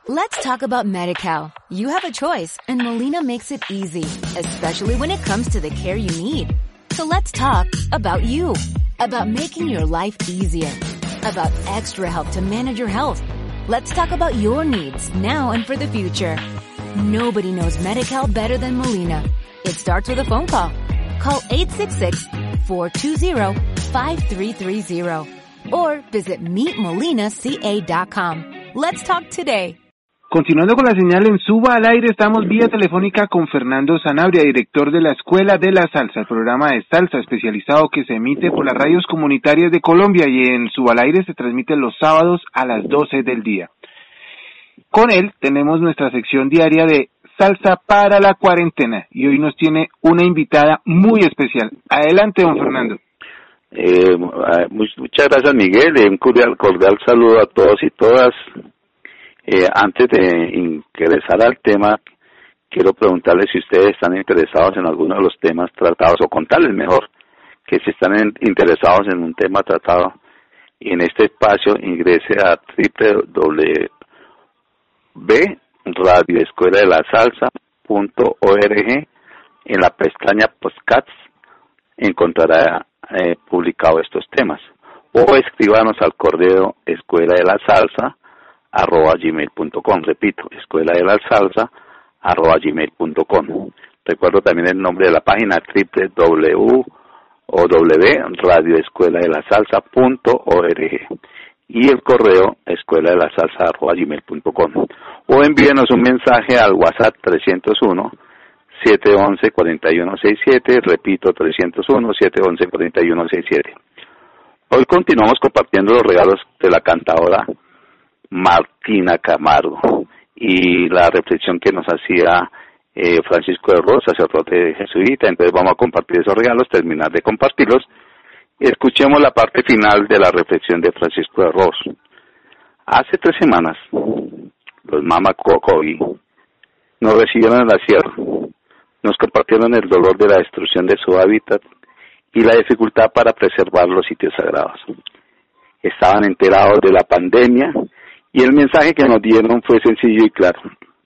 Let's talk about Medi-Cal. You have a choice, and Molina makes it easy, especially when it comes to the care you need. So let's talk about you, about making your life easier, about extra help to manage your health. Let's talk about your needs now and for the future. Nobody knows Medi-Cal better than Molina. It starts with a phone call. Call 866-420-5330 or visit meetmolinaca.com. Let's talk today. Continuando con la señal en Suba al Aire, estamos vía telefónica con Fernando Sanabria, director de la Escuela de la Salsa, el programa de salsa especializado que se emite por las radios comunitarias de Colombia y en Suba al Aire se transmite los sábados a las 12 del día. Con él tenemos nuestra sección diaria de Salsa para la Cuarentena y hoy nos tiene una invitada muy especial. Adelante, don Fernando. Muchas gracias, Miguel. Un cordial saludo a todos y todas. Antes de ingresar al tema, quiero preguntarles si ustedes están interesados en alguno de los temas tratados, o contarles mejor que si están interesados en un tema tratado. Y en este espacio ingrese a www.radioescueladelasalsa.org. En la pestaña Podcasts encontrará publicado estos temas. O escríbanos al correo escueladelasalsa@gmail.com. Repito, escueladelasalsa@gmail.com. Recuerdo también el nombre de la página www.radioescueladelasalsa.org y el correo escueladelasalsa@gmail.com. O envíenos un mensaje al WhatsApp 301-711-4167, repito, 301-711-4167. Hoy continuamos compartiendo los regalos de la cantadora Martina Camargo y la reflexión que nos hacía Francisco de Ros, sacerdote jesuita. Entonces vamos a compartir esos regalos, terminar de compartirlos y escuchemos la parte final de la reflexión de Francisco de Ros. Hace 3 semanas los Mama Cocoy nos recibieron en la sierra, nos compartieron el dolor de la destrucción de su hábitat y la dificultad para preservar los sitios sagrados. Estaban enterados de la pandemia y el mensaje que nos dieron fue sencillo y claro.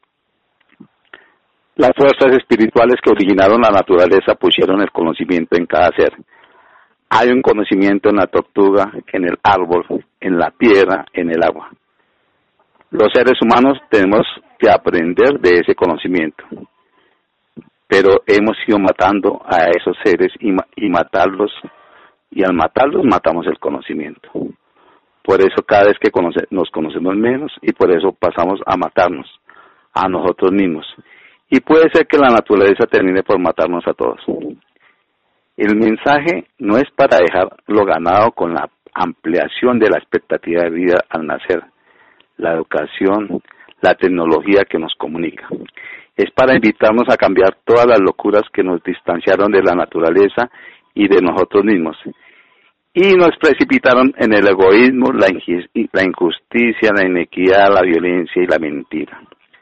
Las fuerzas espirituales que originaron la naturaleza pusieron el conocimiento en cada ser. Hay un conocimiento en la tortuga, en el árbol, en la piedra, en el agua. Los seres humanos tenemos que aprender de ese conocimiento, pero hemos ido matando a esos seres y matarlos, y al matarlos matamos el conocimiento. Por eso cada vez que nos conocemos menos y por eso pasamos a matarnos a nosotros mismos. Y puede ser que la naturaleza termine por matarnos a todos. El mensaje no es para dejar lo ganado con la ampliación de la expectativa de vida al nacer, la educación, la tecnología que nos comunica. Es para invitarnos a cambiar todas las locuras que nos distanciaron de la naturaleza y de nosotros mismos. Y nos precipitaron en el egoísmo, la injusticia, la inequidad, la violencia y la mentira.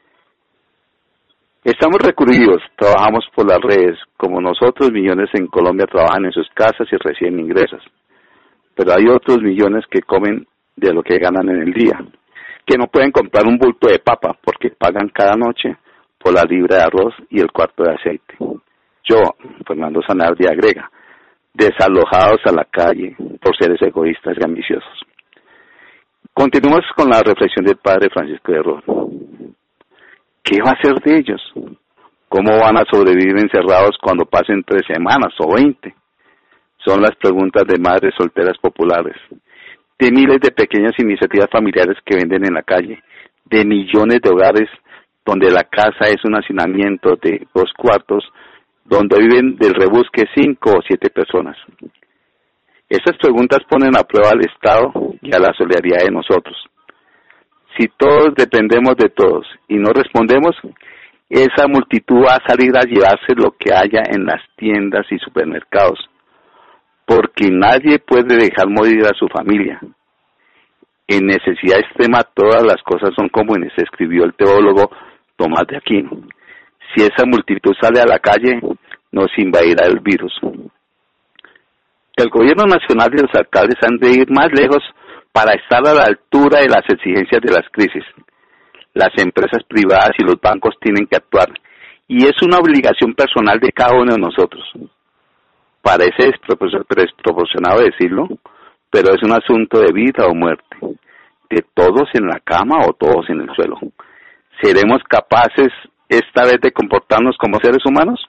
Estamos recurridos, trabajamos por las redes, como nosotros millones en Colombia trabajan en sus casas y reciben ingresos. Pero hay otros millones que comen de lo que ganan en el día, que no pueden comprar un bulto de papa porque pagan cada noche por la libra de arroz y el cuarto de aceite. Yo, Fernando Sanabria, agrega, desalojados a la calle por seres egoístas y ambiciosos. Continuamos con la reflexión del padre Francisco de Ros. ¿Qué va a hacer de ellos? ¿Cómo van a sobrevivir encerrados cuando pasen 3 semanas o 20? Son las preguntas de madres solteras populares, de miles de pequeñas iniciativas familiares que venden en la calle, de millones de hogares donde la casa es un hacinamiento de 2 cuartos, donde viven del rebusque 5 o 7 personas. Estas preguntas ponen a prueba al Estado y a la solidaridad de nosotros. Si todos dependemos de todos y no respondemos, esa multitud va a salir a llevarse lo que haya en las tiendas y supermercados, porque nadie puede dejar morir a su familia. En necesidad extrema todas las cosas son comunes, escribió el teólogo Tomás de Aquino. Si esa multitud sale a la calle, nos invadirá el virus. El gobierno nacional y los alcaldes han de ir más lejos para estar a la altura de las exigencias de las crisis. las empresas privadas y los bancos tienen que actuar. Y es una obligación personal de cada uno de nosotros. Parece desproporcionado decirlo, pero es un asunto de vida o muerte, de todos en la cama o todos en el suelo. ¿Seremos capaces esta vez de comportarnos como seres humanos?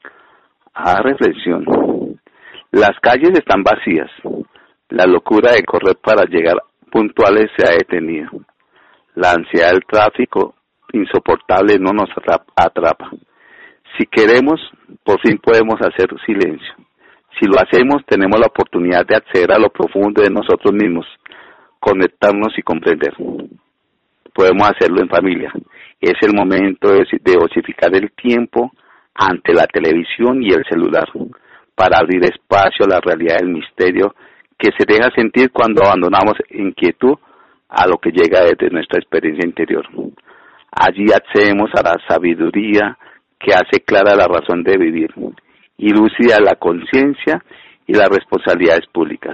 Reflexión. Las calles están vacías. La locura de correr para llegar puntuales se ha detenido. La ansiedad del tráfico insoportable no nos atrapa. Si queremos, por fin podemos hacer silencio. Si lo hacemos, tenemos la oportunidad de acceder a lo profundo de nosotros mismos, conectarnos y comprender. Podemos hacerlo en familia. Es el momento de osificar el tiempo ante la televisión y el celular, para abrir espacio a la realidad del misterio que se deja sentir cuando abandonamos inquietud a lo que llega desde nuestra experiencia interior. Allí accedemos a la sabiduría que hace clara la razón de vivir y lúcida la conciencia y las responsabilidades públicas.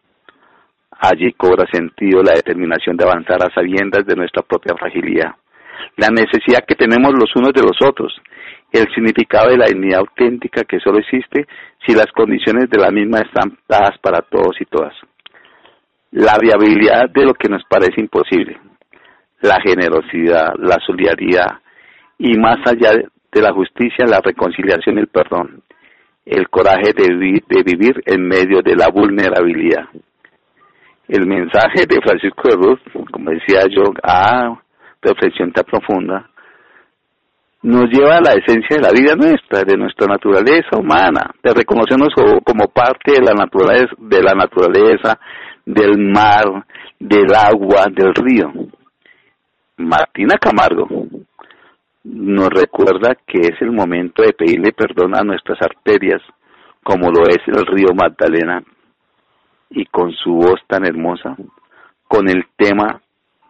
Allí cobra sentido la determinación de avanzar a sabiendas de nuestra propia fragilidad, la necesidad que tenemos los unos de los otros, el significado de la dignidad auténtica que solo existe si las condiciones de la misma están dadas para todos y todas. La viabilidad de lo que nos parece imposible, la generosidad, la solidaridad y más allá de la justicia, la reconciliación y el perdón, el coraje de vivir en medio de la vulnerabilidad. El mensaje de Francisco de Ruz, como decía yo, reflexión tan profunda, nos lleva a la esencia de la vida nuestra, de nuestra naturaleza humana, de reconocernos como parte de la naturaleza, del mar, del agua, del río. Martina Camargo nos recuerda que es el momento de pedirle perdón a nuestras arterias, como lo es el río Magdalena, y con su voz tan hermosa, con el tema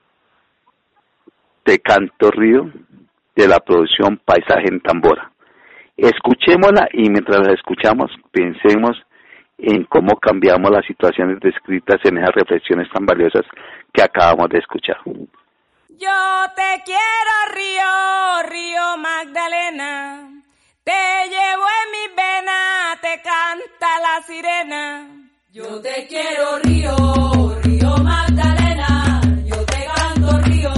Te canto río, de la producción Paisaje en Tambora. Escuchémosla y mientras la escuchamos pensemos en cómo cambiamos las situaciones descritas en esas reflexiones tan valiosas que acabamos de escuchar. Yo te quiero río, río Magdalena, te llevo en mi vena, te canta la sirena. Yo te quiero río, río Magdalena, yo te canto río.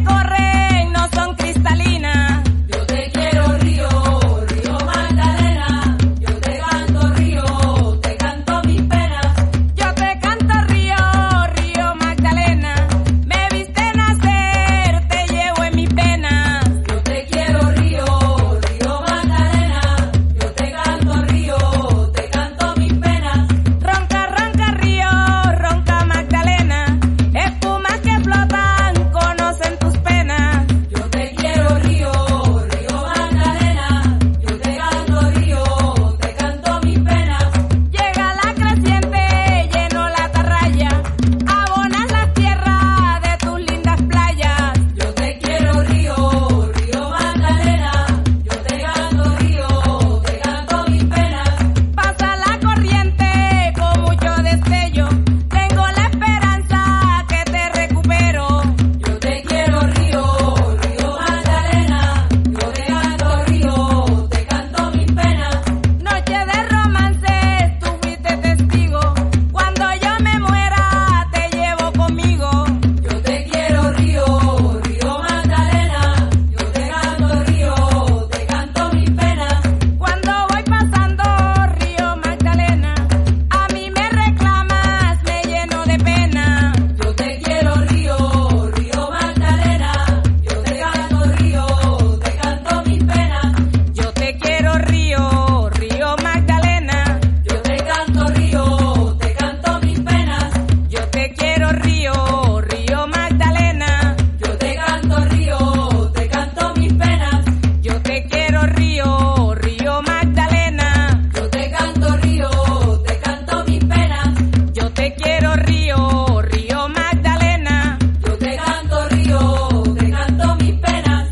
Magdalena. canto río, río Magdalena. Yo te canto río, te canto mis penas.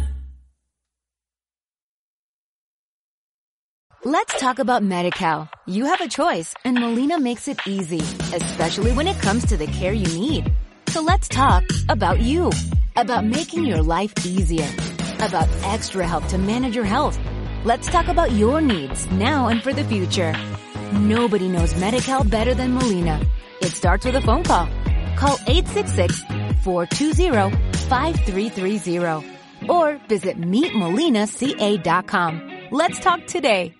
Let's talk about Medi-Cal. You have a choice, and Molina makes it easy, especially when it comes to the care you need. So let's talk about you, about making your life easier, about extra help to manage your health. Let's talk about your needs now and for the future. Nobody knows Medi-Cal better than Molina. It starts with a phone call. Call 866-420-5330 or visit meetmolinaca.com. Let's talk today.